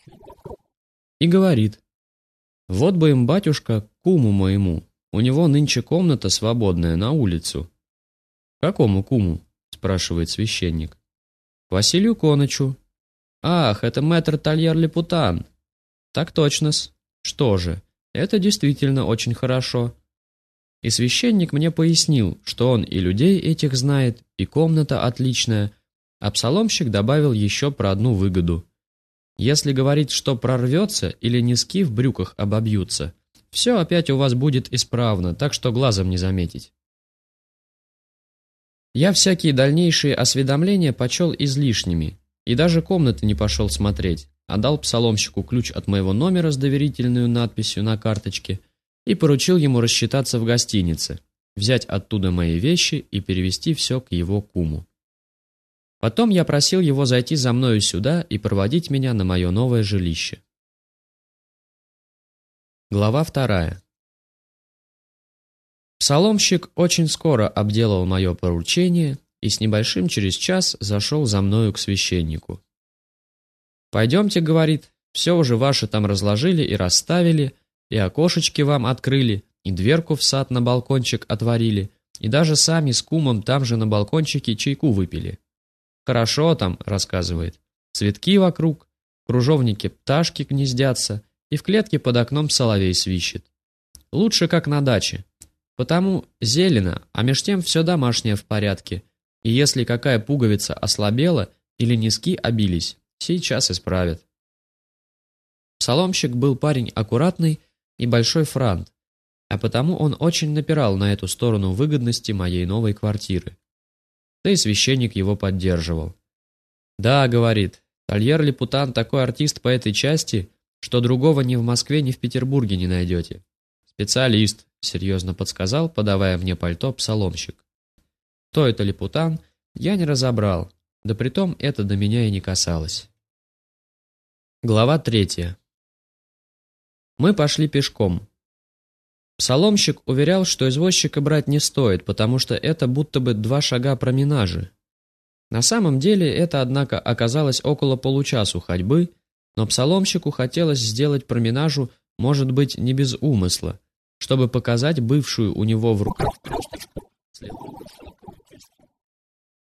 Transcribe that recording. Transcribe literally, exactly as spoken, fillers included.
И говорит: «Вот бы им, батюшка, куму моему, у него нынче комната свободная на улицу». «Какому куму?» – спрашивает священник. «Василию Конычу». «Ах, это мэтр Тольер-Лепутан». «Так точно-с. Что же, это действительно очень хорошо». И священник мне пояснил, что он и людей этих знает, и комната отличная, а псаломщик добавил еще про одну выгоду. Если говорить, что прорвется или носки в брюках обобьются, все опять у вас будет исправно, так что глазом не заметить. Я всякие дальнейшие осведомления почел излишними, и даже комнаты не пошел смотреть, а дал псаломщику ключ от моего номера с доверительной надписью на карточке и поручил ему рассчитаться в гостинице, взять оттуда мои вещи и перевести все к его куму. Потом я просил его зайти за мною сюда и проводить меня на мое новое жилище. Глава вторая. Псаломщик очень скоро обделал мое поручение и с небольшим через час зашел за мною к священнику. «Пойдемте, — говорит, — все уже ваше там разложили и расставили, и окошечки вам открыли, и дверку в сад на балкончик отворили, и даже сами с кумом там же на балкончике чайку выпили. Хорошо там, — рассказывает, — цветки вокруг, в кружовнике пташки гнездятся, и в клетке под окном соловей свищет. Лучше, как на даче. Потому зелено, а меж тем все домашнее в порядке, и если какая пуговица ослабела или носки обились, сейчас исправят». Псаломщик был парень аккуратный и большой франт, а потому он очень напирал на эту сторону выгодности моей новой квартиры. Да и священник его поддерживал. «Да, — говорит, — Тольер-Лепутан такой артист по этой части, что другого ни в Москве, ни в Петербурге не найдете. Специалист, — серьезно подсказал, подавая мне пальто, псаломщик. Кто это Лепутан, я не разобрал, да притом это до меня и не касалось. Глава третья. Мы пошли пешком. Псаломщик уверял, что извозчика брать не стоит, потому что это будто бы два шага променажи. На самом деле это, однако, оказалось около получасу ходьбы, но псаломщику хотелось сделать променажу, может быть, не без умысла, чтобы показать бывшую у него в руках